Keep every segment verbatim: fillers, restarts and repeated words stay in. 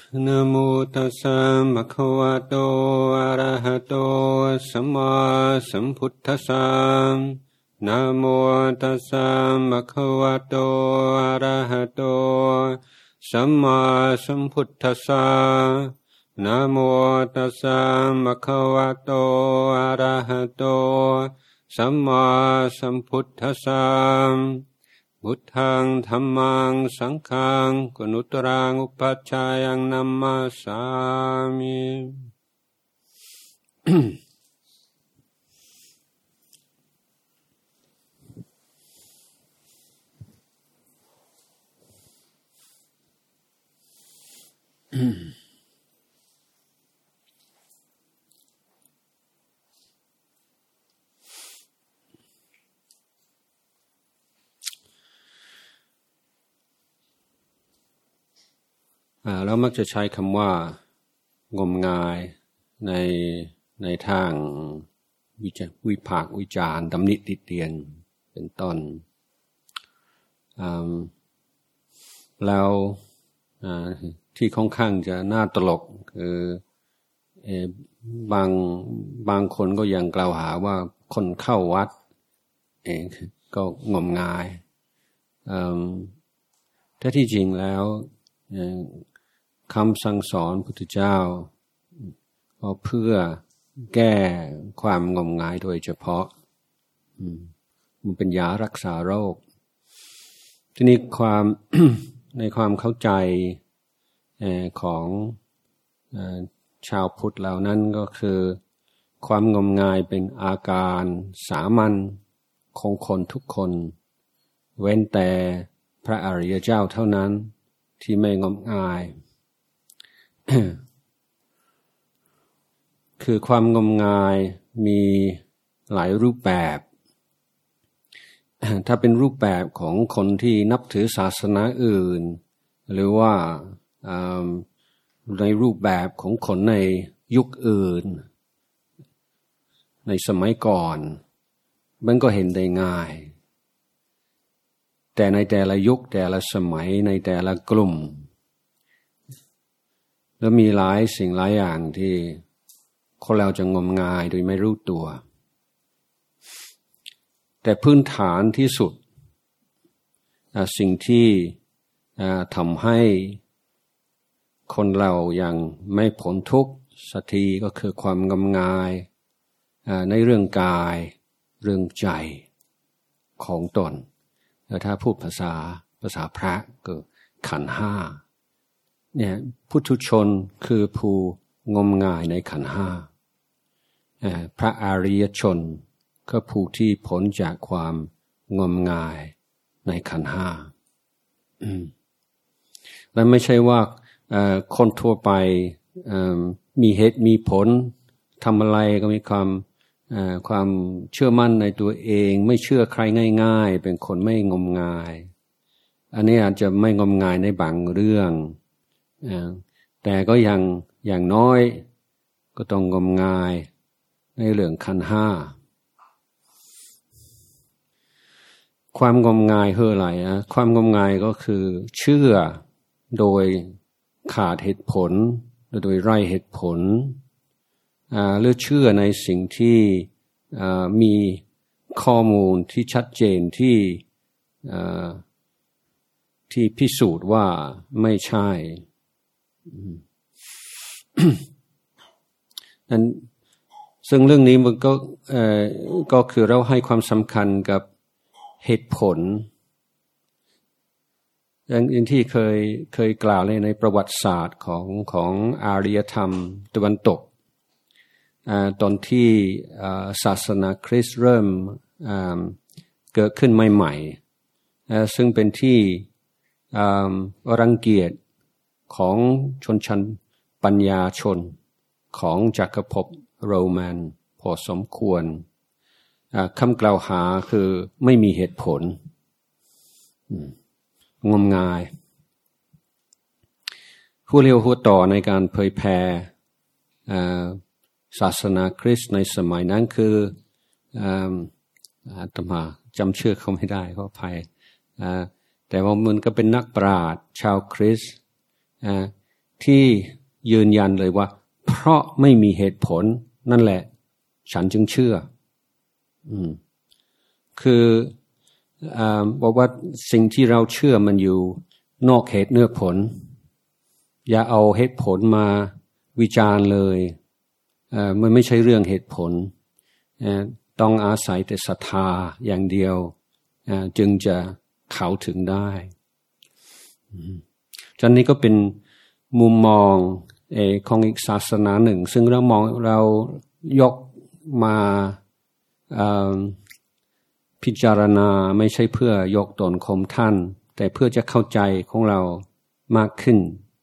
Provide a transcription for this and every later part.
นะโมตัสสะภะคะวะโตอะระหะโตสัมมาสัมพุทธัสสะนะโมตัสสะภะคะวะโตอะระหะโตสัมมาสัมพุทธัสสะนะโมตัสสะภะคะวะโตอะระหะโตสัมมาสัมพุทธัสสะพุทธังธัมมังสังฆังกุณุตรังอุปัชฌายังนัมมาสามิแล้วมักจะใช้คำว่างมงายในในทางวิจวิพากษ์วิจารณ์ตำหนิติเตียนเป็นต้นแล้วที่ค่อนข้างจะน่าตลกคือบางบางคนก็ยังกล่าวหาว่าคนเข้าวัดเองก็งมงายถ้าที่จริงแล้วคำสั่งสอนพุทธเจ้าก็เพื่อแก้ความงมงายโดยเฉพาะมันเป็นยารักษาโรคทีนี้ความ ในความเข้าใจของชาวพุทธเหล่านั้นก็คือความงมงายเป็นอาการสามัญของคนทุกคนเว้นแต่พระอริยเจ้าเท่านั้นที่ไม่งมงาย คือความงมงายมีหลายรูปแบบถ้าเป็นรูปแบบของคนที่นับถือศาสนาอื่นหรือว่าในรูปแบบของคนในยุคอื่นในสมัยก่อนมันก็เห็นได้ง่ายแต่ในแต่ละยุคแต่ละสมัยในแต่ละกลุ่มแล้วมีหลายสิ่งหลายอย่างที่คนเราจะงมงายโดยไม่รู้ตัวแต่พื้นฐานที่สุดสิ่งที่ทำให้คนเรายังไม่พ้นทุกข์สักทีก็คือความงมงายในเรื่องกายเรื่องใจของตนแล้วถ้าพูดภาษาภาษาพระก็ขันธ์ห้าเนี่ยพุทุชนคือผู้งมงายในขันธ์ห้าพระอริยชนก็ผู้ที่พ้นจากความงมงายในขันธ์ห้าและไม่ใช่ว่าคนทั่วไปมีเหตุมีผลทำอะไรก็มีความความเชื่อมั่นในตัวเองไม่เชื่อใครง่ายๆเป็นคนไม่งมงายอันนี้อาจจะไม่งมงายในบางเรื่องแต่ก็ยังอย่างน้อยก็ต้องงมงายในเรื่องขันธ์ห้าความงมงายคืออะไรนะความงมงายก็คือเชื่อโดยขาดเหตุผลโดยไร้เหตุผลหรือเชื่อในสิ่งที่มีข้อมูลที่ชัดเจนที่ที่พิสูจน์ว่าไม่ใช่นั้นซึ่งเรื่องนี้มันก็ก็คือเราให้ความสำคัญกับเหตุผลอย่างที่เคยเคยกล่าวในในประวัติศาสตร์ของของอารยธรรมตะวันตกตอนที่ศาสนาคริสต์เริ่มเกิดขึ้นใหม่ๆซึ่งเป็นที่รังเกียจของชนชั้นปัญญาชนของจักรภพโรมันพอสมควรคำกล่าวหาคือไม่มีเหตุผลงมงายผู้เลี้ยวหัวต่อในการเผยแผ่ศาสนาคริสต์ในสมัยนั้นคืออาตมาจำชื่อเขาไม่ได้ขออภัยแต่ว่ามันก็เป็นนักปราชญ์ชาวคริสต์ที่ยืนยันเลยว่าเพราะไม่มีเหตุผลนั่นแหละฉันจึงเชื่ออืมคืออ่าบอกว่าสิ่งที่เราเชื่อมันอยู่นอกเหตุเนื้อผลอย่าเอาเหตุผลมาวิจารณ์เลยอ่ามันไม่ใช่เรื่องเหตุผลอ่าต้องอาศัยแต่ศรัทธาอย่างเดียวอ่าจึงจะเข้าถึงได้จนนี้ก็เป็นมุมมองเอของอีกศาสนาหนึ่งซึ่งเรามองเรายกมาพิจารณาไม่ใช่เพื่อยกตนข่มท่านแต่เพื่อจะเข้าใจของเรามากขึ้น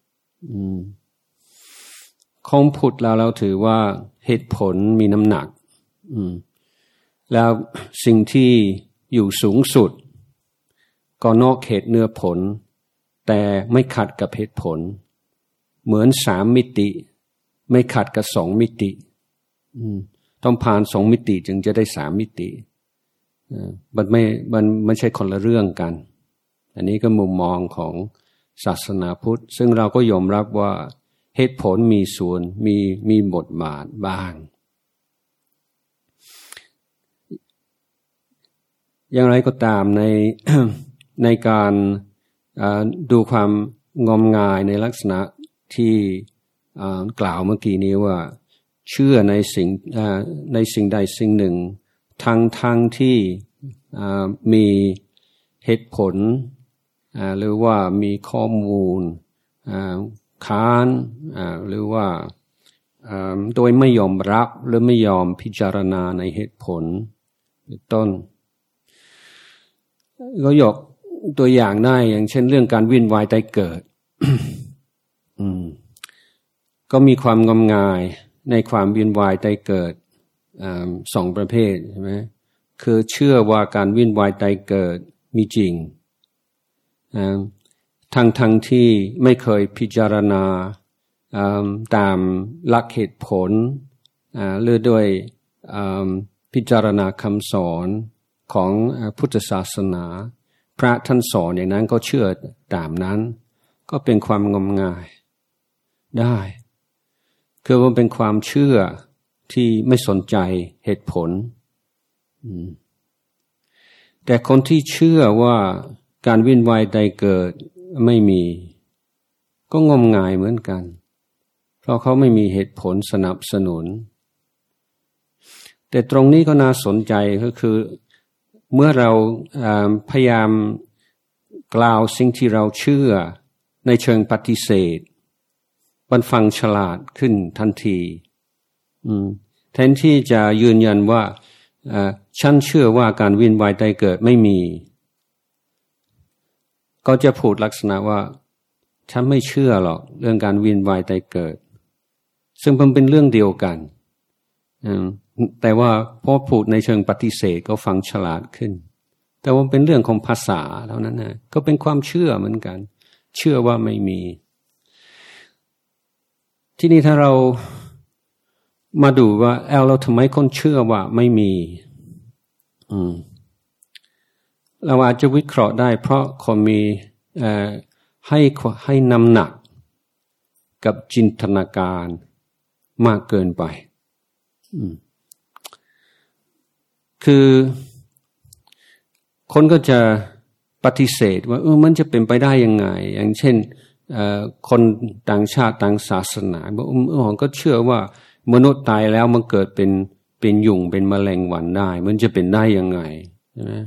ของพุทธเราเราถือว่าเหตุผลมีน้ำหนักแล้วสิ่งที่อยู่สูงสุดก็นอกเหตุเนื้อผลแต่ไม่ขัดกับเหตุผลเหมือนสามมิติไม่ขัดกับสองมิติต้องผ่านสองมิติจึงจะได้สามมิติมันไม่มันไม่ใช่คนละเรื่องกันอันนี้ก็มุมมองของศาสนาพุทธซึ่งเราก็ยอมรับว่าเหตุผลมีส่วนมีมีบทบาทบ้างอย่างไรก็ตามใน ในการดูความงมงายในลักษณะที่กล่าวเมื่อกี้นี้ว่าเชื่อในสิ่งในสิ่งใดสิ่งหนึ่งทั้งทั้งที่มีเหตุผลหรือว่ามีข้อมูลค้านหรือว่าโดยไม่ยอมรับหรือไม่ยอมพิจารณาในเหตุผลเป็นต้นก็ยกตัวอย่างได้อย่างเช่นเรื่องการวิ่นวายตายเกิด ก็มีความงมงายในความวิ่นวายตายเกิดสองประเภทใช่ไหมคือเชื่อว่าการวิ่นวายตายเกิดมีจริงทั้งทั้งที่ไม่เคยพิจารณาตามหลักเหตุผลหรือด้วยพิจารณาคำสอนของพุทธศาสนาพระท่านสอนอย่างนั้นก็เชื่อตามนั้นก็เป็นความงมงายได้คือมันเป็นความเชื่อที่ไม่สนใจเหตุผลแต่คนที่เชื่อว่าการวิ่นวายใดเกิดไม่มีก็งมงายเหมือนกันเพราะเขาไม่มีเหตุผลสนับสนุนแต่ตรงนี้ก็น่าสนใจก็คือเมื่อเราพยายามกล่าวสิ่งที่เราเชื่อในเชิงปฏิเสธมันฟังฉลาดขึ้นทันทีแทนที่จะยืนยันว่าฉันเชื่อว่าการวิ่นวายตายเกิดไม่มีก็จะพูดลักษณะว่าฉันไม่เชื่อหรอกเรื่องการวิ่นวายตายเกิดซึ่งมันเป็นเรื่องเดียวกันแต่ว่าพอพูดในเชิงปฏิเสธก็ฟังฉลาดขึ้นแต่ว่าเป็นเรื่องของภาษาเท่านั้นนะก็เป็นความเชื่อเหมือนกันเชื่อว่าไม่มีที่นี่ถ้าเรามาดูว่าเอลเราทำไมคนเชื่อว่าไม่มีอืมเราอาจจะวิเคราะห์ได้เพราะคนมีเอ่อให้ให้น้ำหนักกับจินตนาการมากเกินไปอืมคือคนก็จะปฏิเสธว่าเออมันจะเป็นไปได้ยังไงอย่างเช่นคนต่างชาติต่างศาสนาบอกเออก็เชื่อว่ามนุษย์ตายแล้วมันเกิดเป็นเป็นยุงเป็นแมลงวันได้มันจะเป็นได้ยังไงใช่ไหม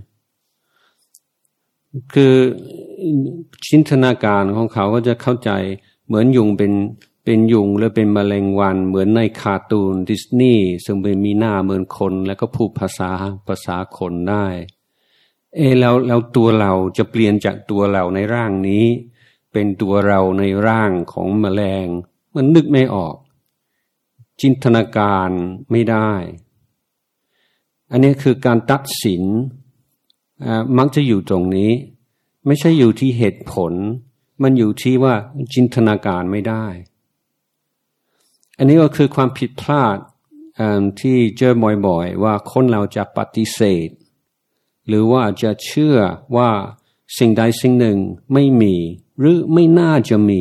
คือจินตนาการของเขาก็จะเข้าใจเหมือนยุงเป็นเป็นยุงหรือเป็นแมลงวันเหมือนในคาร์ตูนดิสนีย์ซึ่งเป็นมีหน้าเหมือนคนแล้วก็พูดภาษาภาษาคนได้เออแล้วแล้วตัวเราจะเปลี่ยนจากตัวเราในร่างนี้เป็นตัวเราในร่างของแมลงมันนึกไม่ออกจินตนาการไม่ได้อันนี้คือการตัดสินมักจะอยู่ตรงนี้ไม่ใช่อยู่ที่เหตุผลมันอยู่ที่ว่าจินตนาการไม่ได้อันนี้ก็คือความผิดพลาดที่เจอบ่อยๆว่าคนเราจะปฏิเสธหรือว่าจะเชื่อว่าสิ่งใดสิ่งหนึ่งไม่มีหรือไม่น่าจะมี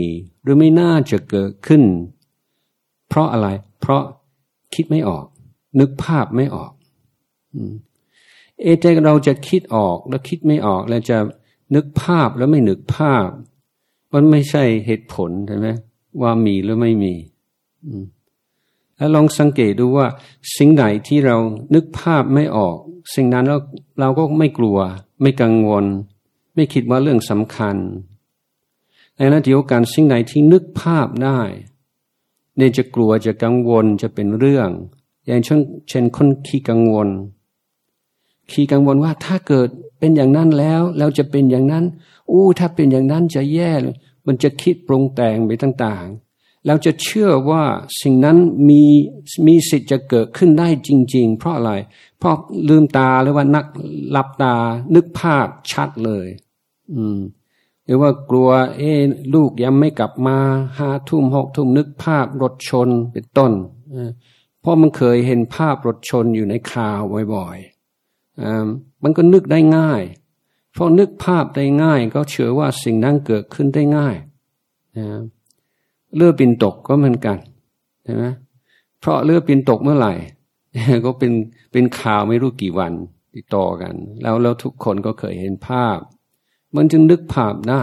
รือไม่น่าจะเกิดขึ้นเพราะอะไรเพราะคิดไม่ออกนึกภาพไม่ออกเอแต่เราจะคิดออกแล้วคิดไม่ออกแล้วจะนึกภาพแล้วไม่นึกภาพมันไม่ใช่เหตุผลใช่ไหมว่ามีหรือไม่มีแล้วลองสังเกตดูว่าสิ่งใดที่เรานึกภาพไม่ออกสิ่งนั้นเราเราก็ไม่กลัวไม่กังวลไม่คิดว่าเรื่องสำคัญในขณะเดียวกันสิ่งใดที่นึกภาพได้เนี่ยจะกลัวจะกังวลจะเป็นเรื่องอย่างเช่นเช่นคนขี้กังวลขี้กังวลว่าถ้าเกิดเป็นอย่างนั้นแล้วเราจะเป็นอย่างนั้นอู้ถ้าเป็นอย่างนั้นจะแย่มันจะคิดปรุงแต่งไปต่างๆเราจะเชื่อว่าสิ่งนั้นมีมีสิทธิ์จะเกิดขึ้นได้จริงๆเพราะอะไรเพราะลืมตาหรือว่านักหลับตานึกภาพชัดเลยอืมหรือว่ากลัวเอ๊ะลูกยังไม่กลับมาห้าทุ่มหกทุ่มนึกภาพรถชนเป็นต้นเพราะมันเคยเห็นภาพรถชนอยู่ในข่าวบ่อยๆอ่ามันก็นึกได้ง่ายเพราะนึกภาพได้ง่ายก็เชื่อว่าสิ่งนั้นเกิดขึ้นได้ง่ายนะเรือบินตกก็เหมือนกันใช่ไหมเพราะเรือบินตกเมื่อไหร่ก็เป็นเป็นข่าวไม่รู้กี่วันติดต่อกันแล้วแล้วทุกคนก็เคยเห็นภาพมันจึงนึกภาพได้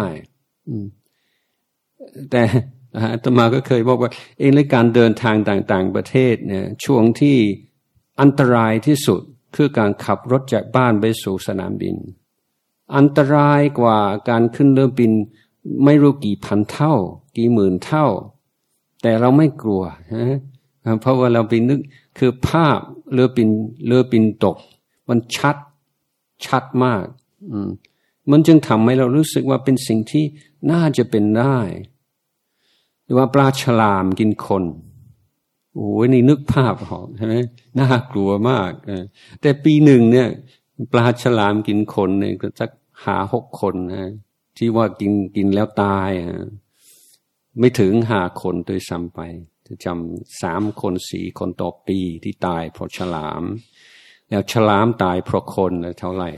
แต่อาตมาก็เคยบอกว่าเองในการเดินทางต่างๆประเทศเนี่ยช่วงที่อันตรายที่สุดคือการขับรถจากบ้านไปสู่สนามบินอันตรายกว่าการขึ้นเรือบินไม่รู้กี่พันเท่ากี่หมื่นเท่าแต่เราไม่กลัวนะเพราะว่าเราไปนึกคือภาพเรือบินเรือบินตกมันชัดชัดมากอืมมันจึงทำให้เรารู้สึกว่าเป็นสิ่งที่น่าจะเป็นได้หรือว่าปลาฉลามกินคนโอ้ยนี่นึกภาพออกใช่ไหมน่ากลัวมากแต่ปีหนึ่งเนี่ยปลาฉลามกินคนเนี่ยก็สักหาหกคนนะที่ว่ากินกินแล้วตายไม่ถึงห้าคนโดยซ้ำไปจะจำสามคนสี่คนต่อปีที่ตายเพราะฉลามแล้วฉลามตายเพราะคนเท่าไหร่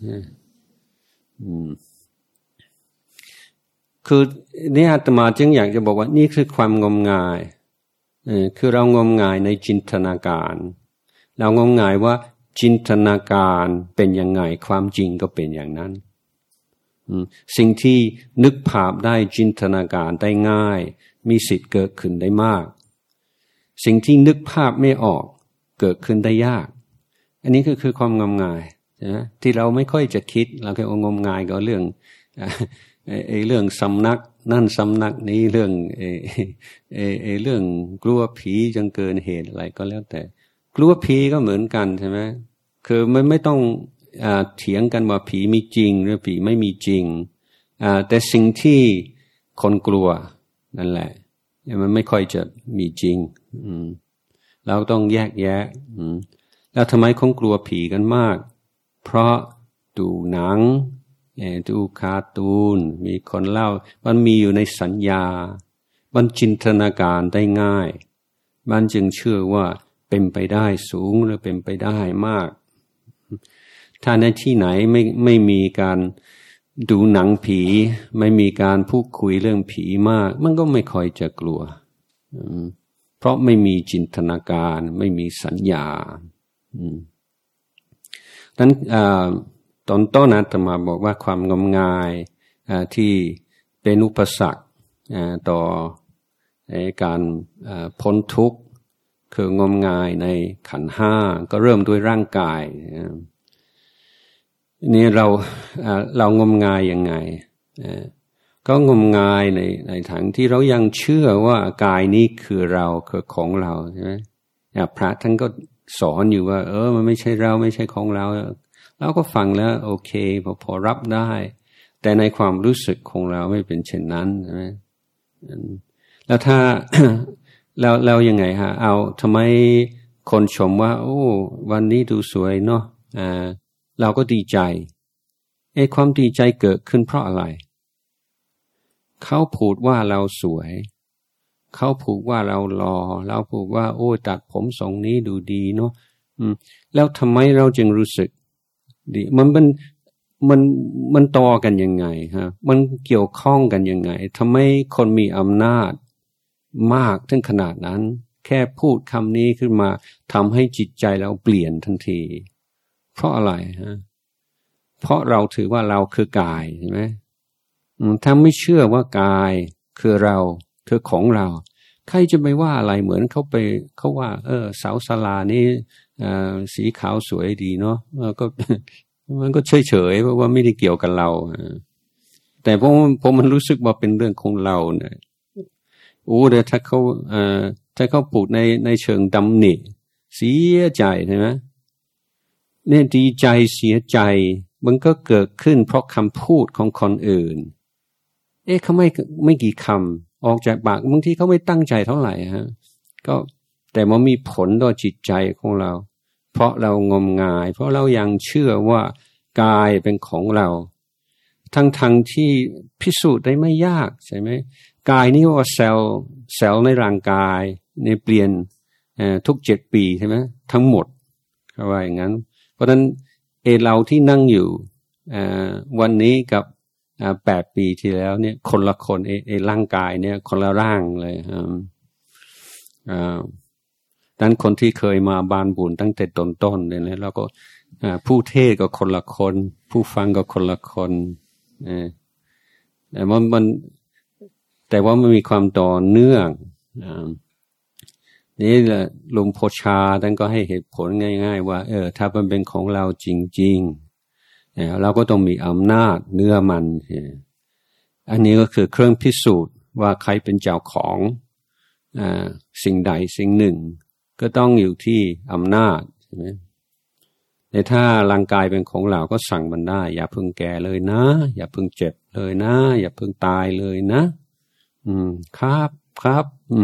คือเนี่ยอาตมาจึงอยากจะบอกว่านี่คือความงมงายคือเรางมงายในจินตนาการเรางมงายว่าจินตนาการเป็นยังไงความจริงก็เป็นอย่างนั้นสิ่งที่นึกภาพได้จินตนาการได้ง่ายมีสิทธิ์เกิดขึ้นได้มากสิ่งที่นึกภาพไม่ออกเกิดขึ้นได้ยากอันนี้ก็คือความงมงายนะที่เราไม่ค่อยจะคิดเราแค่งมงายก็เรื่องไอ้เรื่องสำนักนั่นสำนักนี้เรื่องไอ้ไอ้ไอ้เรื่องกลัวผีจนเกินเหตุอะไรก็แล้วแต่กลัวผีก็เหมือนกันใช่ไหมคือมันไม่ต้องอ่าเถียงกันว่าผีมีจริงหรือผีไม่มีจริงอ่าแต่สิ่งที่คนกลัวนั่นแหละมันไม่ค่อยจะมีจริงอืมเราต้องแยกแยะอืมแล้วทำไมคนกลัวผีกันมากเพราะดูหนังดูคาร์ตูนมีคนเล่ามันมีอยู่ในสัญญามันจินตนาการได้ง่ายมันจึงเชื่อว่าเป็นไปได้สูงหรือเป็นไปได้มากถ้าในที่ไหนไม่ไม่มีการดูหนังผีไม่มีการพูดคุยเรื่องผีมากมันก็ไม่ค่อยจะกลัวเพราะไม่มีจินตนาการไม่มีสัญญาดังนั้นตอนต้นอาตมาบอกว่าความงมงายที่เป็นอุปสรรคต่อการพ้นทุกข์คืองมงายในขันธ์ห้าก็เริ่มด้วยร่างกายนี่เราเรางมงายยังไงก็งมงายในในทางที่เรายังเชื่อว่ากายนี้คือเราคือของเราใช่ไหมพระท่านก็สอนอยู่ว่าเออมันไม่ใช่เราไม่ใช่ของเราเราก็ฟังแล้วโอเคพอพอรับได้แต่ในความรู้สึกของเราไม่เป็นเช่นนั้นใช่ไหมแล้วถ้า แล้วแล้วยังไงฮะเอาทำไมคนชมว่าโอ้วันนี้ดูสวยเนาะอ่าเราก็ดีใจไอ้ความดีใจเกิดขึ้นเพราะอะไรเขาพูดว่าเราสวยเขาพูดว่าเราหล่อเราพูดว่าโอ้ตัดผมทรงนี้ดูดีเนาะอืมแล้วทำไมเราจึงรู้สึกดีมันเป็นมันมันต่อกันยังไงฮะมันเกี่ยวข้องกันยังไงทำไมคนมีอำนาจมากถึงขนาดนั้นแค่พูดคำนี้ขึ้นมาทำให้จิตใจเราเปลี่ยนทันทีเพราะอะไรฮะเพราะเราถือว่าเราคือกายใช่ไหมถ้าไม่เชื่อว่ากายคือเราคือของเราใครจะไปว่าอะไรเหมือนเขาไปเขาว่าเออเสาศาลานี่สีขาวสวยดีเนาะก็มันก็เฉยๆเพราะว่าไม่ได้เกี่ยวกับเราแต่เพราะเพราะมันรู้สึกว่าเป็นเรื่องของเราเนี่ยโอ้แต่ถ้าเขาเอ่อถ้าเขาพูดในในเชิงดำหนิเสียใจใช่ไหมเนี่ยดีใจเสียใจมันก็เกิดขึ้นเพราะคำพูดของคนอื่นเอ๊ะเขาไม่ไม่กี่คำออกจากปากบางทีเขาไม่ตั้งใจเท่าไหร่ฮะก็แต่มันมีผลต่อจิตใจของเราเพราะเรางมงายเพราะเรายังเชื่อว่ากายเป็นของเราทั้งทั้งที่พิสูจน์ได้ไม่ยากใช่ไหมกายนี่ว่าเซลล์เซลล์ในร่างกายเนี่ยเปลี่ยนทุกเจ็ดปีใช่ไหมทั้งหมดเขาว่าอย่างนั้นเพราะฉะนั้นเอเราที่นั่งอยู่วันนี้กับแปดปีที่แล้วเนี่ยคนละคนเอเอร่างกายเนี่ยคนละร่างเลยอ่าดังนั้นคนที่เคยมาบานบุญตั้งแต่ต้นๆเนี่ยแล้วก็ผู้เทศก็คนละคนผู้ฟังก็คนละคนแต่ว่ามันแต่ว่ามันมีความต่อเนื่องนี่แหละหลวงพ่อชาท่านก็ให้เหตุผลง่ายๆว่าเออถ้ามันเป็นของเราจริงๆเราก็ต้องมีอำนาจเนื้อมันอันนี้ก็คือเครื่องพิสูจน์ว่าใครเป็นเจ้าของอ่าสิ่งใดสิ่งหนึ่งก็ต้องอยู่ที่อำนาจใช่ไหมแต่ถ้าร่างกายเป็นของเราก็สั่งมันได้อย่าเพิ่งแก่เลยนะอย่าเพิ่งเจ็บเลยนะอย่าเพิ่งตายเลยนะอืมครับครับ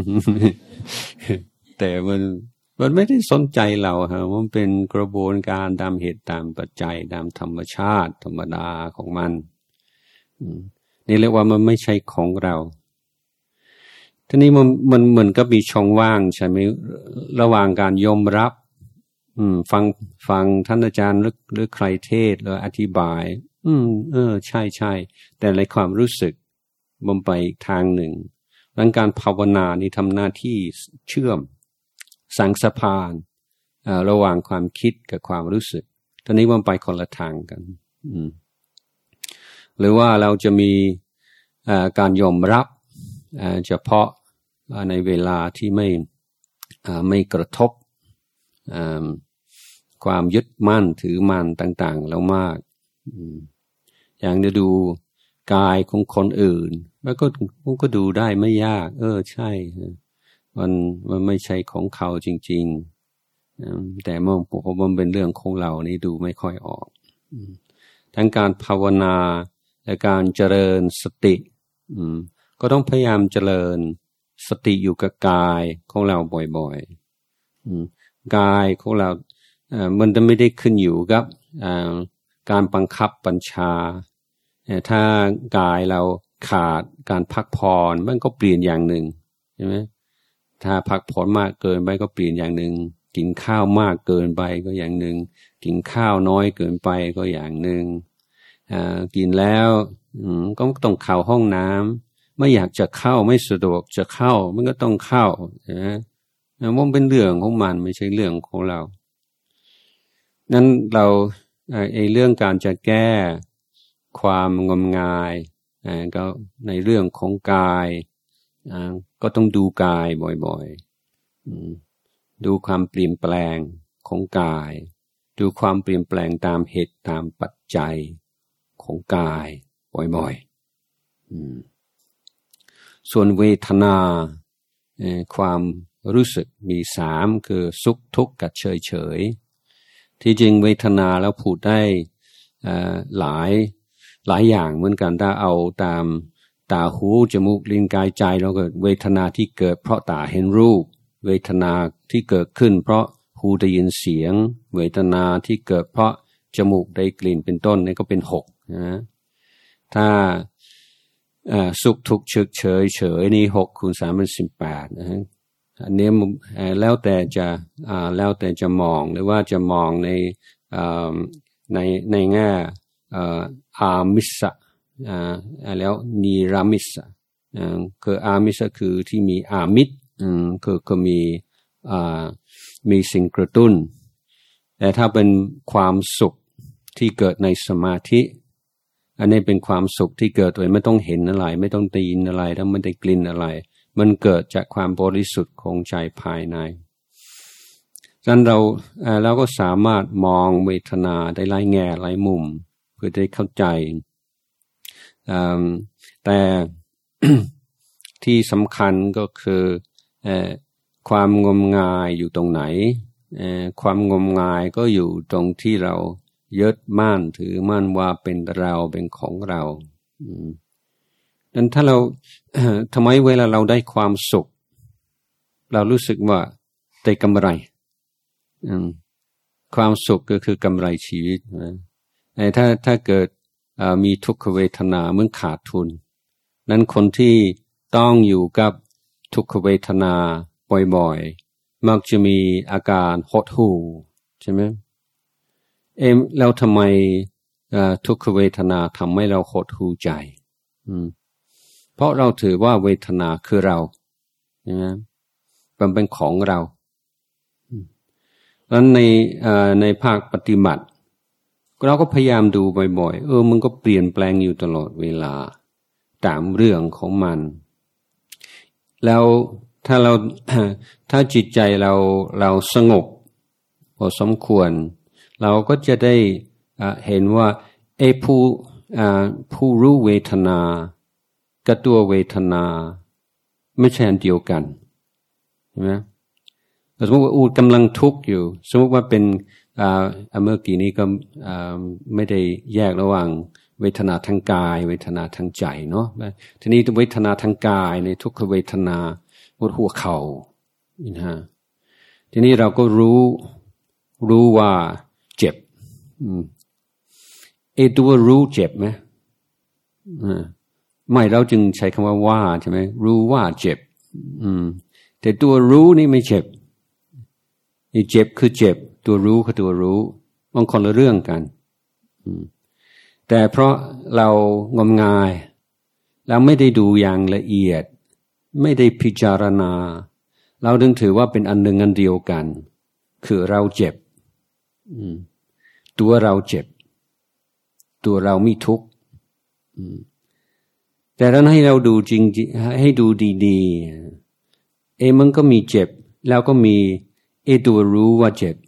แต่มันมันไม่ได้สนใจเราฮะมันเป็นกระบวนการตามเหตุตามปัจจัยตามธรรมชาติธรรมดาของมันนี่เรียกว่ามันไม่ใช่ของเราทีนี้มันมันเหมือนกับมีช่องว่างใช่ไหมระหว่างการยอมรับอืมฟังฟังท่านอาจารย์หรือหรือใครเทศหรืออธิบายอืมเออใช่ใช่แต่ในความรู้สึกมันไปอีกทางหนึ่งดังการภาวนานี่ทำหน้าที่เชื่อมสร้างสะพานระหว่างความคิดกับความรู้สึกตอนนี้มันไปคนละทางกันอืมหรือว่าเราจะมีการยอมรับเฉพาะในเวลาที่ไม่ไม่กระทบความยึดมั่นถือมั่นต่างๆแล้วมากอย่างจะดูกายของคนอื่นแล้วก็มันก็ดูได้ไม่ยากเออใช่มันมันไม่ใช่ของเขาจริงๆแต่เมื่อพอมันเป็นเรื่องของเรานี่ดูไม่ค่อยออกทั้งการภาวนาและการเจริญสติก็ต้องพยายามเจริญสติอยู่กับกายของเราบ่อยๆกายของเรามันจะไม่ได้ขึ้นอยู่กับการบังคับบัญชาถ้ากายเราขาดการพักผ่อนมันก็เปลี่ยนอย่างหนึ่งใช่ไหมถ้าพักผ่อนมากเกินไปก็เปลี่ยนอย่างหนึ่งกินข้าวมากเกินไปก็อย่างหนึ่งกินข้าวน้อยเกินไปก็อย่างหนึ่งกินแล้วก็ต้องเข้าห้องน้ำไม่อยากจะเข้าไม่สะดวกจะเข้ามันก็ต้องเข้านะมันเป็นเรื่องของมันไม่ใช่เรื่องของเรานั้นเราไอ้เรื่องการจะแก้ความงมงายก็ในเรื่องของกายก็ต้องดูกายบ่อยๆดูความเปลี่ยนแปลงของกายดูความเปลี่ยนแปลงตามเหตุตามปัจจัยของกายบ่อยๆส่วนเวทนาความรู้สึกมีสามคือสุขทุกข์กับเฉยเฉยที่จริงเวทนาแล้วพูดได้หลายหลายอย่างเหมือนกันถ้าเอาตามตาหูจมูกลิ้นกายใจแล้วก็เวทนาที่เกิดเพราะตาเห็นรูปเวทนาที่เกิดขึ้นเพราะหูได้ยินเสียงเวทนาที่เกิดเพราะจมูกได้กลิ่นเป็นต้นนี่ก็เป็นหกนะถ้าสุขทุกข์เฉยเฉยเฉยนี่หกคูณสามเป็นสิบแปดนะฮะอันนี้แล้วแต่จะแล้วแต่จะมองหรือว่าจะมองในในในแง่อามิสะแล้วนิรามิสะคืออามิสะคือที่มีอามิตรคือก็มีมีสิ่งกระตุ้นแต่ถ้าเป็นความสุขที่เกิดในสมาธิอันนี้เป็นความสุขที่เกิดโดยไม่ต้องเห็นอะไรไม่ต้องได้ยินอะไรแล้วไม่ได้กลิ่นอะไรมันเกิดจากความบริสุทธิ์ของใจภายในฉะนั้นเราเราก็สามารถมองเวทนาได้หลายแง่หลายมุมเพื่อได้เข้าใจแต่ ที่สำคัญก็คือความงมงายอยู่ตรงไหนความงมงายก็อยู่ตรงที่เรายึดมั่นถือมั่นว่าเป็นเราเป็นของเราดังนั้นถ้าเราทำไมเวลาเราได้ความสุขเรารู้สึกว่าได้กำไรความสุขก็คือกำไรชีวิตแต่ถ้าถ้าเกิดมีทุกขเวทนาเหมือนขาดทุนนั้นคนที่ต้องอยู่กับทุกขเวทนาบ่อยๆมักจะมีอาการหดหู่ใช่ไหมเอ็มแล้วทำไมทุกขเวทนาทำให้เราหดหู่ใจเพราะเราถือว่าเวทนาคือเราใช่ไหมมันเป็นของเราแล้วในในภาคปฏิบัติเราก็พยายามดูบ่อยๆเออมันก็เปลี่ยนแปลงอยู่ตลอดเวลาตามเรื่องของมันแล้วถ้าเราถ้าจิตใจเราเราสงบพอสมควรเราก็จะได้เห็นว่าไอ้ผู้ผู้รู้เวทนากับตัวเวทนาไม่ใช่อันเดียวกันใช่ไหมสมมติว่าอูกำลังทุกข์อยู่สมมติว่าเป็นเมื่อกี้นี้ก็ไม่ได้แยกระหว่างเวทนาทางกายเวทนาทางใจเนาะทีนี้เวทนาทางกายในทุกขเวทนาปวดหัวเข่านะฮะทีนี้เราก็รู้รู้ว่าเจ็บไอ้ตัวรู้เจ็บไหมไม่เราจึงใช้คำว่าว่าใช่ไหมรู้ว่าเจ็บแต่ตัวรู้นี่ไม่เจ็บไอ้เจ็บคือเจ็บตัวรู้คือตัวรู้มันคนละเรื่องกันแต่เพราะเรางมงายเราไม่ได้ดูอย่างละเอียดไม่ได้พิจารณาเราดึงถือว่าเป็นอันหนึ่งอันเดียวกันคือเราเจ็บตัวเราเจ็บตัวเราไม่ทุกข์แต่ถ้าให้เราดูจริงให้ดูดีๆเอมันก็มีเจ็บแล้วก็มีเอตัวรู้ว่าเจ็บ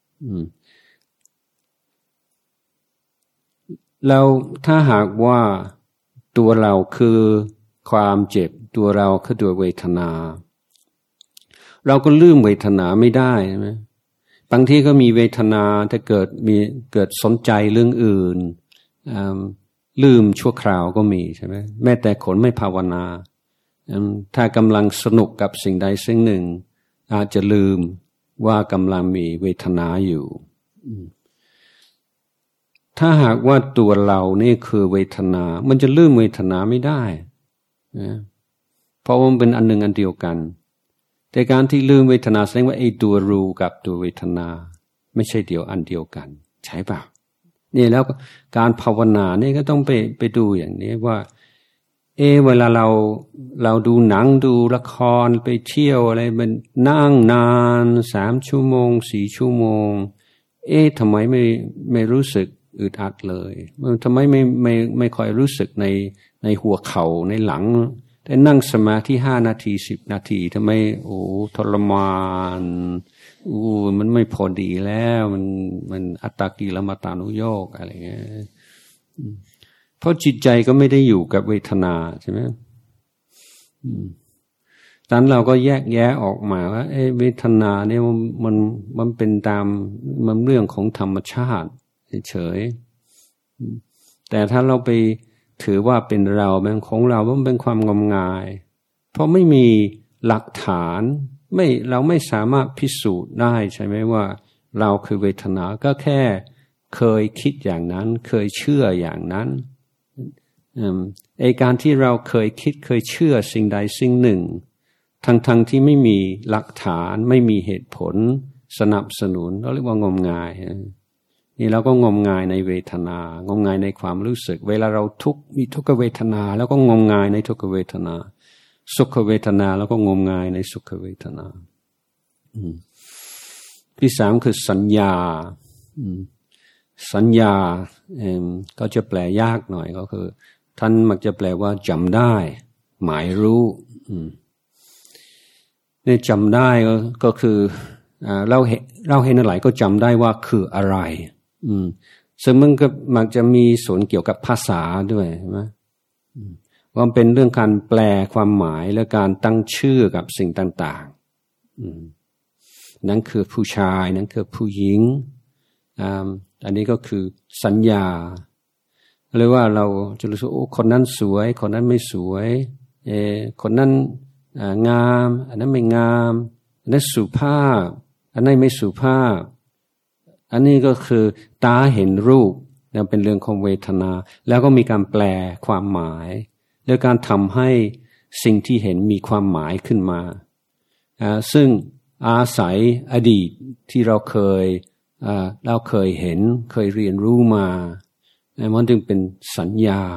แล้วถ้าหากว่าตัวเราคือความเจ็บตัวเราคือตัวเวทนาเราก็ลืมเวทนาไม่ได้ใช่ไหมบางทีก็มีเวทนาถ้าเกิดมีเกิดสนใจเรื่องอื่นลืมชั่วคราวก็มีใช่ไหมแม้แต่คนไม่ภาวนาถ้ากำลังสนุกกับสิ่งใดสิ่งหนึ่งอาจจะลืมว่ากำลังมีเวทนาอยู่ถ้าหากว่าตัวเรานี่คือเวทนามันจะลืมเวทนาไม่ได้นะเพราะมันเป็นอันหนึ่งอันเดียวกันแต่การที่ลืมเวทนาแสดงว่าไอ้ตัวรู้กับตัวเวทนาไม่ใช่เดียวอันเดียวกันใช่ป่ะนี่แล้วการภาวนานี่ก็ต้องไปไปดูอย่างนี้ว่าเอเวลาเราเราดูหนังดูละครไปเที่ยวอะไรมันนั่งนานสามชั่วโมงสี่ชั่วโมงเอ๊ะทำไมไม่ไม่รู้สึกอึดอัดเลยทำไมไม่ไม่ไม่ค่อยรู้สึกในในหัวเข่าในหลังแต่นั่งสมาธิห้านาทีสิบนาทีทำไมโอ้ทรมานอู้มันไม่พอดีแล้วมันมันอัตตกิลมัฏฐานุโยคอะไรเงี้ยเพราะจิตใจก็ไม่ได้อยู่กับเวทนาใช่ไหมตอนเราก็แยกแยะออกมาว่าเอเวทนาเนี่ยมันมันมันเป็นตามมันเรื่องของธรรมชาติเฉยแต่ถ้าเราไปถือว่าเป็นเราเป็นของเรามันเป็นความงมงายเพราะไม่มีหลักฐานไม่เราไม่สามารถพิสูจน์ได้ใช่ไหมว่าเราคือเวทนาก็แค่เคยคิดอย่างนั้นเคยเชื่ออย่างนั้นไอ้การที่เราเคยคิดเคยเชื่อสิ่งใดสิ่งหนึ่งทั้งๆ ท, ที่ไม่มีหลักฐานไม่มีเหตุผลสนับสนุนเราเรียกว่างมงายนี่เราก็งมงายในเวทนางมงายในความรู้สึกเวลาเราทุกข์มีทุกขเวทนาแล้วก็งมงายในทุกขเวทนาสุขเวทนาแล้วก็งมงายในสุขเวทนาที่สามคือสัญญาสัญญาก็จะแปลยากหน่อยก็คือท่านมักจะแปลว่าจำได้หมายรู้นี่จำได้ก็คือเราเห็นเราเห็นอะไรก็จำได้ว่าคืออะไรซึ่งมันก็มักจะมีส่วนเกี่ยวกับภาษาด้วยใช่ไหมว่าเป็นเรื่องการแปลความหมายและการตั้งชื่อกับสิ่งต่างๆนั่นคือผู้ชายนั่นคือผู้หญิงอันนี้ก็คือสัญญาหรือว่าเราจะรู้สึกโอ้คนนั้นสวยคนนั้นไม่สวยเออคนนั้นงามอันนั้นไม่งามอันนั้นสุภาพอันนั้นไม่สุภาพอันนี้ก็คือตาเห็นรูปนั่นเป็นเรื่องของเวทนาแล้วก็มีการแปลความหมายและการทำให้สิ่งที่เห็นมีความหมายขึ้นมาซึ่งอาศัยอดีตที่เราเคยเราเคยเห็นเคยเรียนรู้มามันจึงเป็นสัญญา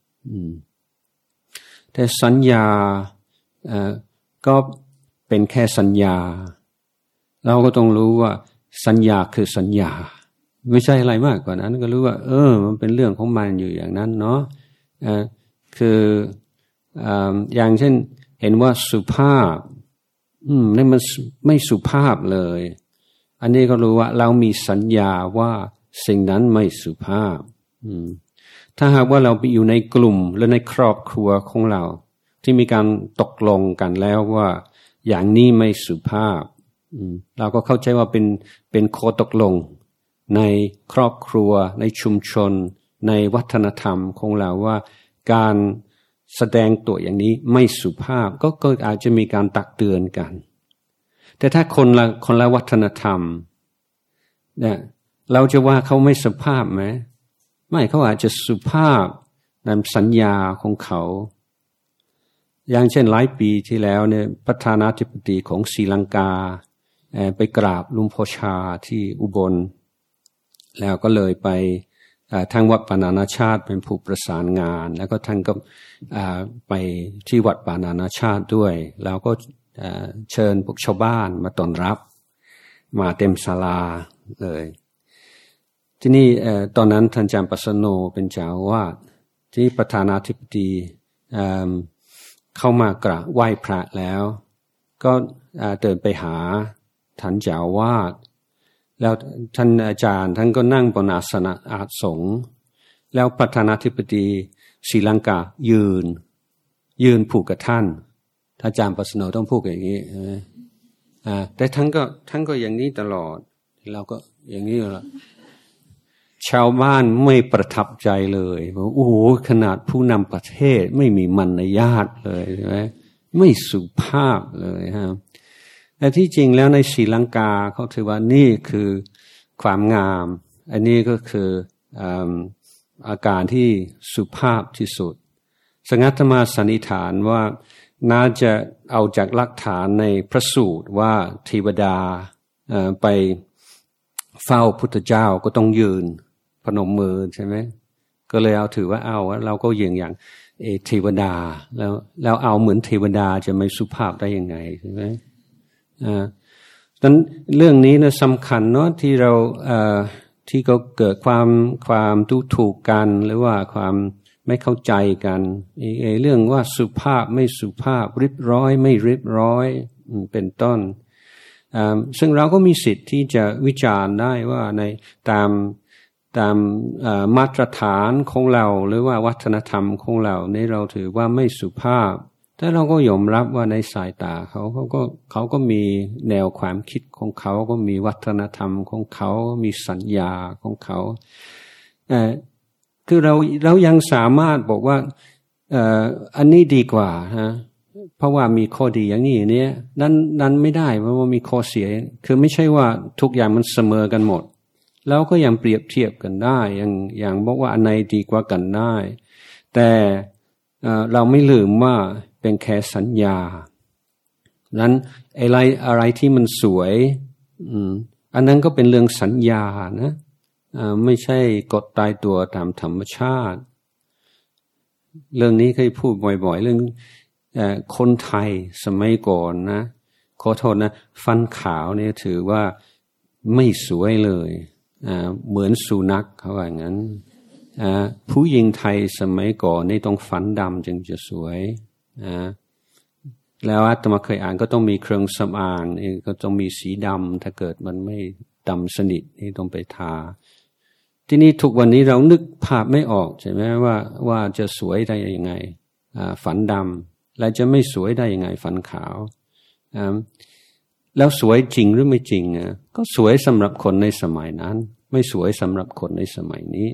แต่สัญญาก็เป็นแค่สัญญาเราก็ต้องรู้ว่าสัญญาคือสัญญาไม่ใช่อะไรมากกว่านั้นก็รู้ว่าเออมันเป็นเรื่องของมันอยู่อย่างนั้นเนาะคืออย่างเช่นเห็นว่าสุภาพอืมนี่มันไม่สุภาพเลยอันนี้ก็รู้ว่าเรามีสัญญาว่าสิ่งนั้นไม่สุภาพถ้าหากว่าเราไปอยู่ในกลุ่มและในครอบครัวของเราที่มีการตกลงกันแล้วว่าอย่างนี้ไม่สุภาพเราก็เข้าใจว่าเป็นเป็นข้อตกลงในครอบครัวในชุมชนในวัฒนธรรมของเราว่าการแสดงตัวอย่างนี้ไม่สุภาพก็ก็อาจจะมีการตักเตือนกันแต่ถ้าคนละคนละวัฒนธรรมเนี่ยเราจะว่าเขาไม่สุภาพไหมไม่เขาอาจจะสุภาพในสัญญาของเขาอย่างเช่นหลายปีที่แล้วเนี่ยประธานาธิบดีของศรีลังกาไปกราบหลวงพ่อชาที่อุบลแล้วก็เลยไปทางวัดปานานาชาติเป็นผู้ประสานงานแล้วก็ท่านก็ไปที่วัดปานานาชาติด้วยแล้วก็เชิญพวกชาวบ้านมาต้อนรับมาเต็มศาลาเลยที่นี่ตอนนั้นท่านอาจารย์ปัสโนเป็นเจ้าอาวาสที่ประธานาธิบดีเข้ามากราบไหว้พระแล้วก็เดินไปหาท่านเจ้าอาวาสแล้วท่านอาจารย์ท่านก็นั่งบนอาสนะอาสงฆ์แล้วประธานาธิบดีศรีลังกายืนยืนผูกกับท่านอาจารย์ปัสโนต้องพูดอย่างนี้อ่าแต่ท่านก็ท่านก็อย่างนี้ตลอดเราก็อย่างนี้แหละชาวบ้านไม่ประทับใจเลยว่าโอ้โหขนาดผู้นำประเทศไม่มีมารยาทเลยใช่ไหมไม่สุภาพเลยฮะแต่ที่จริงแล้วในศรีลังกาเขาถือว่านี่คือความงามอันนี้ก็คืออาการที่สุภาพที่สุดสงัตมาสันนิษฐานว่าน่าจะเอาจากหลักฐานในพระสูตรว่าเทวดาไปเฝ้าพุทธเจ้าก็ต้องยืนพนมมือใช่ไหมก็เลยเอาถือว่าเอาเราก็อย่างอย่างเอเทวดาแล้วแล้วเอาเหมือนเทวดาจะไม่สุภาพได้ยังไงใช่ไหมอ่าดังนั้นเรื่องนี้นะสำคัญเนาะที่เราเอ่อที่ก็เกิดความความดูถูกกันหรือว่าความไม่เข้าใจกันไอ้เรื่องว่าสุภาพไม่สุภาพเรียบร้อยไม่เรียบร้อยเป็นต้นซึ่งเราก็มีสิทธิ์ที่จะวิจารณ์ได้ว่าในตามตามมาตรฐานของเราหรือว่าวัฒนธรรมของเราในเราถือว่าไม่สุภาพแต่เราก็ยอมรับว่าในสายตาเขาเขาก็เขาก็มีแนวความคิดของเขาก็มีวัฒนธรรมของเขามีสัญญาของเขาคือเราเรายังสามารถบอกว่าอันนี้ดีกว่าฮะเพราะว่ามีข้อดีอย่างนี้อย่างนี้นั้นนั้นไม่ได้เพราะว่ามีข้อเสียคือไม่ใช่ว่าทุกอย่างมันเสมอกันหมดแล้วก็ยังเปรียบเทียบกันได้อย่างอย่างบอกว่าอันไหนดีกว่ากันได้แต่เราไม่ลืมว่าเป็นแค่สัญญานั้นอะไรอะไรที่มันสวยอืมอันนั้นก็เป็นเรื่องสัญญานะไม่ใช่กฎตายตัวตามธรรมชาติเรื่องนี้เคยพูดบ่อยๆเรื่องคนไทยสมัยก่อนนะขอโทษนะฟันขาวเนี่ยถือว่าไม่สวยเลยเหมือนสุนัขเขาว่างั้นผู้หญิงไทยสมัยก่อนนี่ต้องฟันดำจึงจะสวยแล้วอาตมาเคยอ่านก็ต้องมีเครื่องสำอางนี่ก็ต้องมีสีดำถ้าเกิดมันไม่ดำสนิทนี่ต้องไปทาที่นี่ทุกวันนี้เรานึกภาพไม่ออกใช่ไหมว่าว่าจะสวยได้ยังไงฝันดำแล้วจะไม่สวยได้ยังไงฝันขาวแล้วสวยจริงหรือไม่จริงอ่ะก็สวยสำหรับคนในสมัยนั้นไม่สวยสำหรับคนในสมัยนี้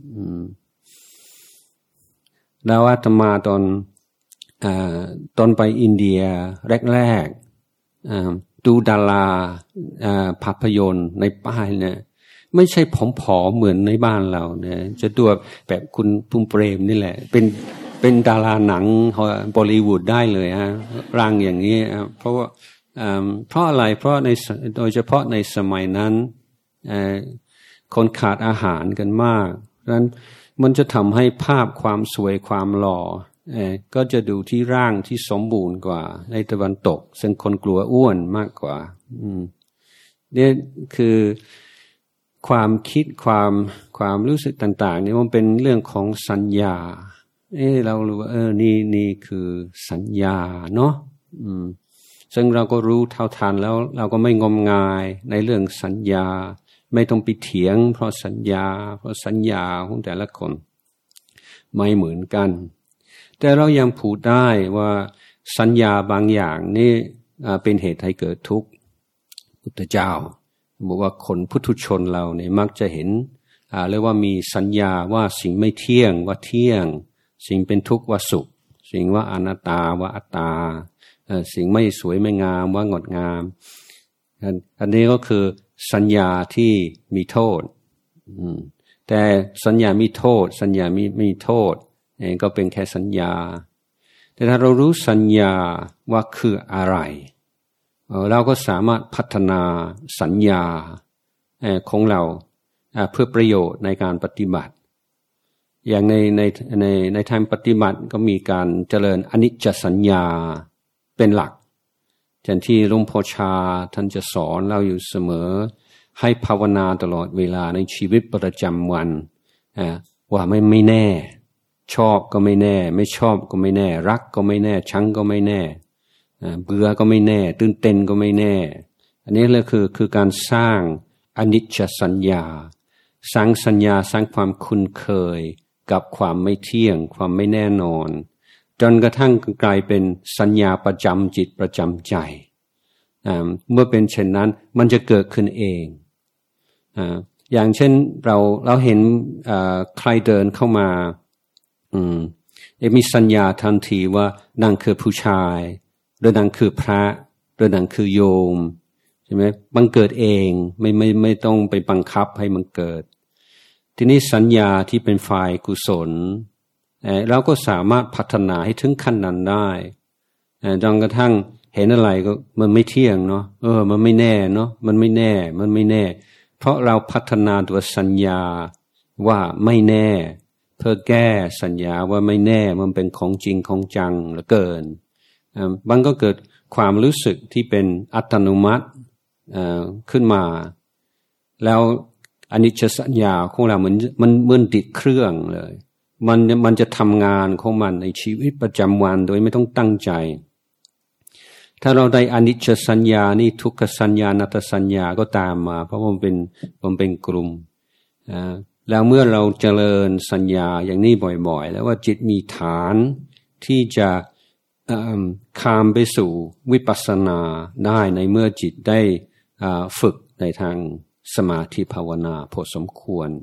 แล้วอาตมาตอนตอนไปอินเดียแรกๆดูดาราภาพยนตร์ในป้ายเนี่ยไม่ใช่ผอมๆเหมือนในบ้านเราเนี่ยจะดูแบบคุณภูมิเปรมนี่แหละเป็นเป็นดาราหนังบอลิวูดได้เลยฮะร่างอย่างนี้เพราะว่าเพราะอะไรเพราะในโดยเฉพาะในสมัยนั้นคนขาดอาหารกันมากดังนั้นมันจะทำให้ภาพความสวยความหล่อก็จะดูที่ร่างที่สมบูรณ์กว่าในตะวันตกซึ่งคนกลัวอ้วนมากกว่านี่คือความคิดความความรู้สึกต่างๆนี่มันเป็นเรื่องของสัญญาเออเรารู้ว่าเออนี่นี่คือสัญญาเนาะอืมซึ่งเราก็รู้เท่าทันแล้วเราก็ไม่งมงายในเรื่องสัญญาไม่ต้องไปเถียงเพราะสัญญาเพราะสัญญาของแต่ละคนไม่เหมือนกันแต่เรายังพูดได้ว่าสัญญาบางอย่างนี่เป็นเหตุให้เกิดทุกข์พุทธเจ้าบอกว่าคนพุทุชนเราเนี่ยมักจะเห็นเรียกว่ามีสัญญาว่าสิ่งไม่เที่ยงว่าเที่ยงสิ่งเป็นทุกข์ว่าสุขสิ่งว่าอนัตตาว่าอัตตาสิ่งไม่สวยไม่งามว่างดงามอันนี้ก็คือสัญญาที่มีโทษแต่สัญญามีโทษสัญญามีไม่มีโทษเองก็เป็นแค่สัญญาแต่ถ้าเรารู้สัญญาว่าคืออะไรเราก็สามารถพัฒนาสัญญาของเราเพื่อประโยชน์ในการปฏิบัติอย่างในในในในทางปฏิบัติก็มีการเจริญอนิจจสัญญาเป็นหลักเช่นที่หลวงพ่อชาท่านจะสอนเราอยู่เสมอให้ภาวนาตลอดเวลาในชีวิตประจำวันว่าไม่ไม่แน่ชอบก็ไม่แน่ไม่ชอบก็ไม่แน่รักก็ไม่แน่ชังก็ไม่แน่เบื่อก็ไม่แน่ตื่นเต้นก็ไม่แน่อันนี้เลยคือคือการสร้างอนิจจสัญญาสร้างสัญญาสร้างความคุ้นเคยกับความไม่เที่ยงความไม่แน่นอนจนกระทั่งกลายเป็นสัญญาประจำจิตประจำใจเมื่อเป็นเช่นนั้นมันจะเกิดขึ้นเองอย่างเช่นเราเราเห็นใครเดินเข้ามาอืมมีสัญญาทันทีว่านั่นคือผู้ชายหรือนั่นคือพระหรือนั่นคือโยมใช่ไหมมันเกิดเองไม่ไม่ไม่ต้องไปบังคับให้มันเกิดทีนี้สัญญาที่เป็นฝ่ายกุศลเราก็สามารถพัฒนาให้ถึงขั้นนั้นได้จนกระทั่งเห็นอะไรก็มันไม่เที่ยงเนาะเออมันไม่แน่เนาะมันไม่แน่มันไม่แน่เพราะเราพัฒนาตัวสัญญาว่าไม่แน่เพื่อแก้สัญญาว่าไม่แน่มันเป็นของจริงของจังเหลือเกินมันก็เกิดความรู้สึกที่เป็นอัตโนมัติขึ้นมาแล้วอนิจจสัญญาของเราเหมือนมันเหมือนติดเครื่องเลยมันมันจะทำงานของมันในชีวิตประจำวันโดยไม่ต้องตั้งใจถ้าเราได้อนิจจสัญญานี่ทุกขสัญญานัตตสัญญาก็ตามมาเพราะมันเป็นมันเป็นกลุ่มแล้วเมื่อเราเจริญสัญญาอย่างนี้บ่อยๆแล้วว่าจิตมีฐานที่จะข้ามไปสู่วิปัสสนาได้ในเมื่อจิตได้ฝึกในทางสมาธิภาวนาพอสมควร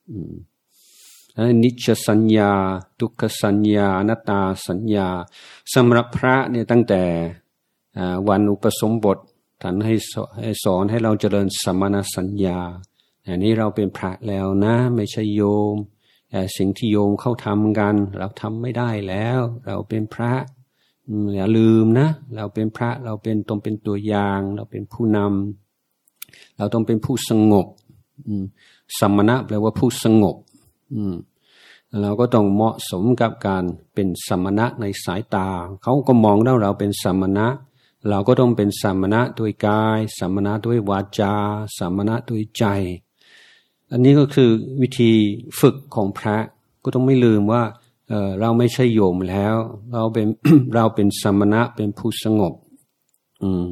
นิจจสัญญาทุกขสัญญาอนัตตาสัญญาสำหรับพระเนี่ยตั้งแต่วันอุปสมบทท่านให้สอนให้เราเจริญสมณสัญญาอันนี้เราเป็นพระแล้วนะไม่ใช่โยมแต่สิ่งที่โยมเขาทำกันเราทำไม่ได้แล้วเราเป็นพระอย่าลืมนะเราเป็นพระเราเป็นต้องเป็นตัวอย่างเราเป็นผู้นำเราต้องเป็นผู้สงบสมณะแปลว่าผู้สงบอืมเราก็ต้องเหมาะสมกับการเป็นสมณะในสายตาเขาก็มองเราเราเป็นสมณะเราก็ต้องเป็นสมณะด้วยกายสมณะด้วยวาจาสมณะด้วยใจอันนี้ก็คือวิธีฝึกของพระก็ต้องไม่ลืมว่าเอ่อเราไม่ใช่โยมแล้วเราเป็น เราเป็นสมณะเป็นผู้สงบอืม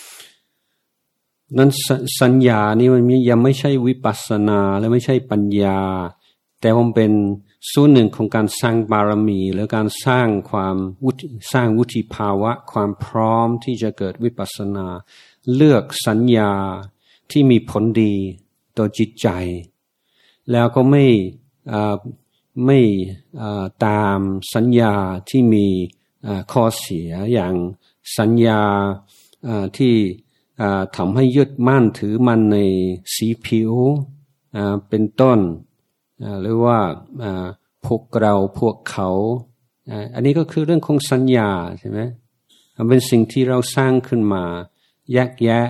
นั้นสัญญานี่มันยังไม่ใช่วิปัสสนาและไม่ใช่ปัญญาแต่มันเป็นส่วนหนึ่งของการสร้างบารมีหรือการสร้างความสร้างวุฒิภาวะความพร้อมที่จะเกิดวิปัสสนาเลือกสัญญาที่มีผลดีต่อจิตใจแล้วก็ไม่ไม่ตามสัญญาที่มีข้อเสียอย่างสัญญาที่ทำให้ยึดมั่นถือมันในสีผิวเป็นต้นหรือว่าพวกเราพวกเขาอันนี้ก็คือเรื่องของสัญญาใช่ไหมมันเป็นสิ่งที่เราสร้างขึ้นมาแยกแยะ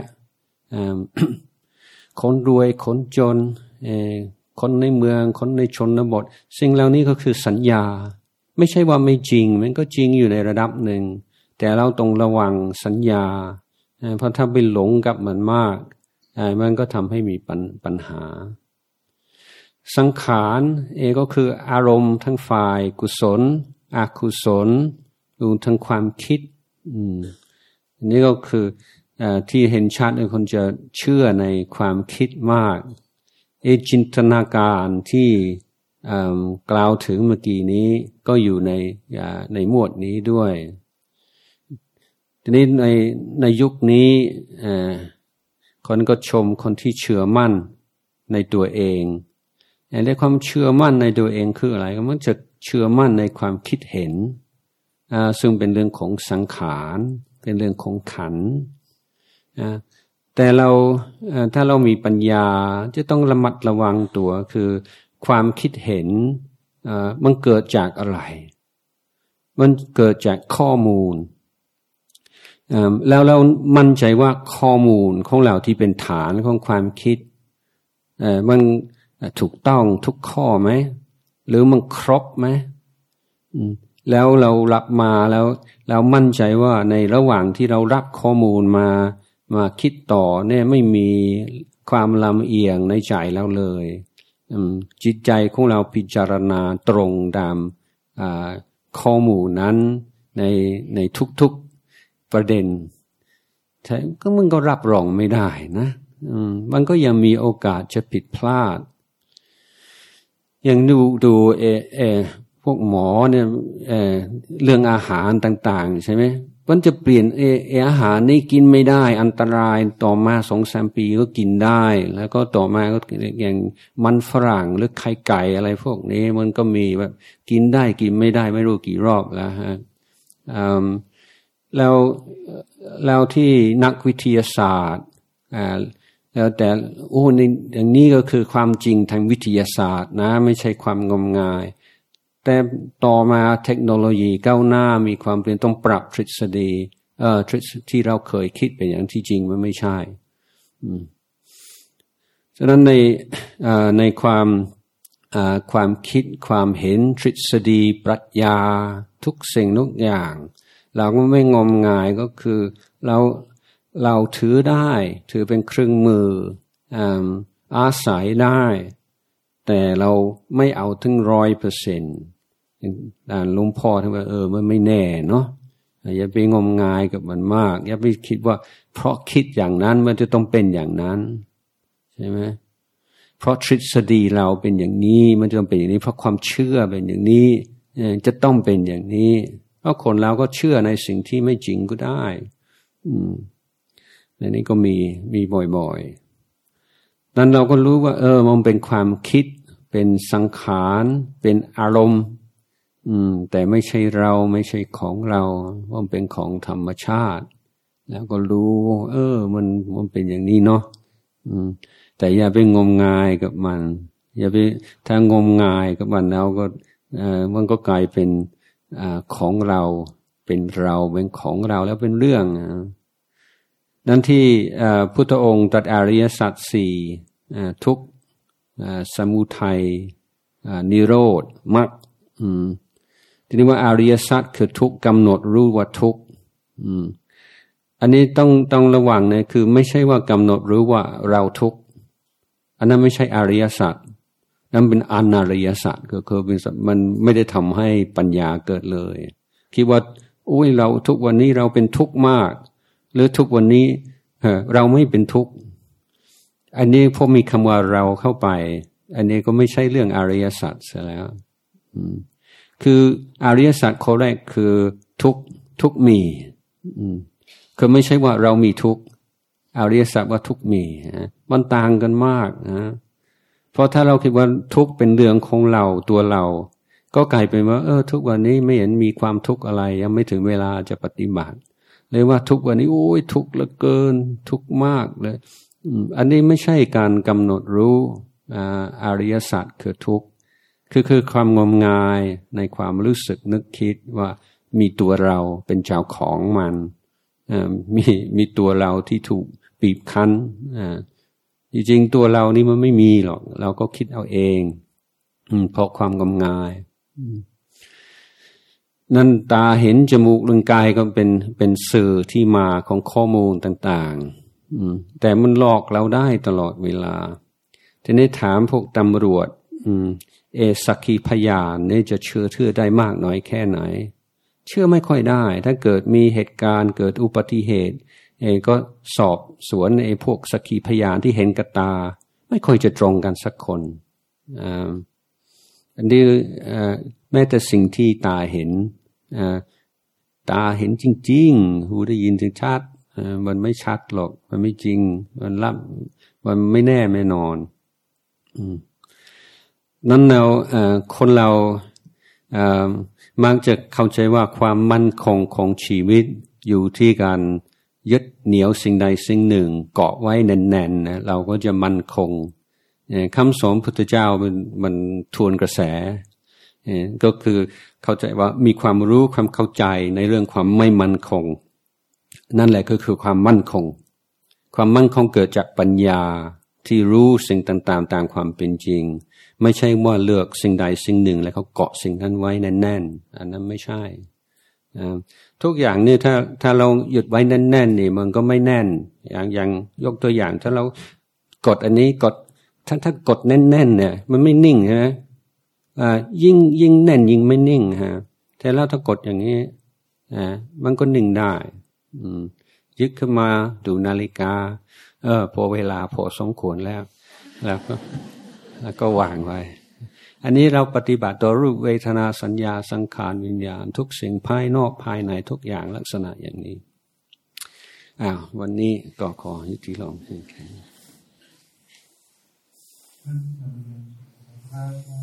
คนรวยคนจนคนในเมืองคนในชนบทสิ่งเหล่านี้ก็คือสัญญาไม่ใช่ว่าไม่จริงมันก็จริงอยู่ในระดับหนึ่งแต่เราต้องระวังสัญญาเพราะถ้าไปหลงกับมันมากมันก็ทำให้มีปัญหาสังขารเองก็คืออารมณ์ทั้งฝ่ายกุศลอกุศลรวมทั้งความคิดอืมอันนี้ก็คือที่เห็นชัดเลยคนจะเชื่อในความคิดมากเอจินตนาการที่กล่าวถึงเมื่อกี้นี้ก็อยู่ในในหมวดนี้ด้วยทีนี้ในในยุคนี้คนก็ชมคนที่เชื่อมั่นในตัวเองในความเชื่อมั่นในตัวเองคืออะไรก็มันจะเชื่อมั่นในความคิดเห็นซึ่งเป็นเรื่องของสังขารเป็นเรื่องของขันธ์แต่เราถ้าเรามีปัญญาจะต้องระมัดระวังตัวคือความคิดเห็นมันเกิดจากอะไรมันเกิดจากข้อมูลแล้วเรามั่นใจว่าข้อมูลของเราที่เป็นฐานของความคิดมันถูกต้องทุกข้อไหมหรือมันครบไหมแล้วเรารับมาแล้วเรามั่นใจว่าในระหว่างที่เรารับข้อมูลมามาคิดต่อเนี่ยไม่มีความลำเอียงในใจเราเลยจิตใจของเราพิจารณาตรงตามข้อมูลนั้นในในทุกๆประเด็นแต่ก็มันก็รับรองไม่ได้นะมันก็ยังมีโอกาสจะผิดพลาดอย่างดูดูเอเอพวกหมอเนี่ยเออเรื่องอาหารต่างๆใช่ไหมมันจะเปลี่ยนเอเออาหารนี่กินไม่ได้อันตรายต่อมาสองสามปีก็กินได้แล้วก็ต่อมาก็อย่างมันฝรั่งหรือไข่ไก่อะไรพวกนี้มันก็มีแบบกินได้กินไม่ได้ไม่รู้กี่รอบแล้วฮะแล้วแล้วที่นักวิทยาศาสตร์อ่าแล้วแต่โอ้ในอย่างนี้ก็คือความจริงทางวิทยาศาสตร์นะไม่ใช่ความงมงายแต่ต่อมาเทคโนโลยีก้าวหน้ามีความเปลี่ยนต้องปรับทฤษฎีเอ่อทฤษฎีที่เราเคยคิดเป็นอย่างที่จริงมันไม่ใช่อืมฉะนั้นในอ่าในความอ่าความคิดความเห็นทฤษฎีปรัชญาทุกสิ่งทุกอย่างเราก็ไม่งมงายก็คือเราเราถือได้ถือเป็นเครื่องมืออ่าอาศัยได้แต่เราไม่เอาถึงร้อยเปอร์เซ็นต์อ่านหลวงพ่อท่านว่าเออมันไม่แน่เนาะอย่าไปงมงายกับมันมากอย่าไปคิดว่าเพราะคิดอย่างนั้นมันจะต้องเป็นอย่างนั้นใช่ไหมเพราะทฤษฎีเราเป็นอย่างนี้มันจะต้องเป็นอย่างนี้เพราะความเชื่อเป็นอย่างนี้จะต้องเป็นอย่างนี้เพราะคนเราก็เชื่อในสิ่งที่ไม่จริงก็ได้อืมในนี้ก็มีมีบ่อยๆนั้นเราก็รู้ว่าเออมันเป็นความคิดเป็นสังขารเป็นอารมณ์อืมแต่ไม่ใช่เราไม่ใช่ของเรามันเป็นของธรรมชาติแล้วก็รู้เออมันมันเป็นอย่างนี้เนาะอืมแต่อย่าไปงมงายกับมันอย่าไปถ้างมงายกับมันแล้วก็เออมันก็กลายเป็นอ่าของเราเป็นเราเป็นของเราแล้วเป็นเรื่องนั้นที่พุทธองค์ตรัสอริยสัจสี่ทุกสมุทัยนิโรธมรรคทีนี้ว่าอริยสัจคือทุกข์กำหนดรู้ว่าทุกข์อันนี้ต้องต้องระวังนะคือไม่ใช่ว่ากำหนดรู้ว่าเราทุกข์อันนั้นไม่ใช่อริยสัจนั่นเป็นอนาริยสัจก็คือเป็นมันไม่ได้ทำให้ปัญญาเกิดเลยคิดว่าอุ้ยเราทุกวันนี้เราเป็นทุกข์มากหรือทุกวันนี้เราไม่เป็นทุกข์อันนี้พอมีคำว่าเราเข้าไปอันนี้ก็ไม่ใช่เรื่องอริยสัจเสียแล้วคืออริยสัจข้อแรกคือทุกทุกมีคือไม่ใช่ว่าเรามีทุกอริยสัจว่าทุกมีมันต่างกันมากนะเพราะถ้าเราคิดว่าทุกเป็นเรื่องของเราตัวเราก็กลายเป็นว่าเออทุกวันนี้ไม่เห็นมีความทุกข์อะไรยังไม่ถึงเวลาจะปฏิบัติเลยว่าทุกวันนี้โอ้ยทุกข์เหลือเกินทุกข์มากเลยอันนี้ไม่ใช่การกำหนดรู้อริยสัจคือทุกข์คือคือความงมงายในความรู้สึกนึกคิดว่ามีตัวเราเป็นเจ้าของมันมีมีตัวเราที่ถูกบีบคั้นจริงๆตัวเรานี่มันไม่มีหรอกเราก็คิดเอาเองเพราะความงมงายนั่นตาเห็นจมูกลิ้นกายก็เป็นเป็นสื่อที่มาของข้อมูลต่างๆแต่มันหลอกเราได้ตลอดเวลาทีนี้ถามพวกตำรวจเอสักขีพยานนี่จะเชื่อถือได้มากน้อยแค่ไหนเชื่อไม่ค่อยได้ถ้าเกิดมีเหตุการณ์เกิดอุบัติเหตุเองก็สอบสวนไอ้พวกสักขีพยานที่เห็นกับตาไม่ค่อยจะตรงกันสักคนอันนี้แม้แต่สิ่งที่ตาเห็นตาเห็นจริงๆหูได้ยินถึงชัดมันไม่ชัดหรอกมันไม่จริงมันลับมันไม่แน่ไม่นอนนั้นเราคนเรามักจะเข้าใจว่าความมั่นคงของชีวิตอยู่ที่การยึดเหนี่ยวสิ่งใดสิ่งหนึ่งเกาะไว้แน่นๆนะเราก็จะมั่นคงคำสอนพุทธเจ้ามันมันทวนกระแสก็คือเข้าใจว่ามีความรู้ความเข้าใจในเรื่องความไม่มั่นคงนั่นแหละก็คือความมั่นคงความมั่นคงเกิดจากปัญญาที่รู้สิ่งต่างๆตามความเป็นจริงไม่ใช่ว่าเลือกสิ่งใดสิ่งหนึ่งแล้วเขาเกาะสิ่งนั้นไว้แน่นๆอันนั้นไม่ใช่ทุกอย่างนี่ถ้าถ้าเราหยุดไว้แน่นๆนี่มันก็ไม่แน่นอย่างอย่างยกตัวอย่างถ้าเรากดอันนี้กดถ้าถ้ากดแน่นๆเนี่ยมันไม่นิ่งใช่ไหมอ่ายิ่งยิ่งแน่นยิ่งไม่นิ่งฮะแต่แล้วถ้ากดอย่างนี้อ่ามันก็นิ่งได้อืมยึดขึ้นมาดูนาฬิกาเออพอเวลาพอสมควรแล้วแล้วก็แล้วก็วางไว้อันนี้เราปฏิบัติต่อรูปเวทนาสัญญาสังขารวิญญาณทุกสิ่งภายนอกภายในทุกอย่างลักษณะอย่างนี้อ้าววันนี้ก็ขอยุติลงแค่นี้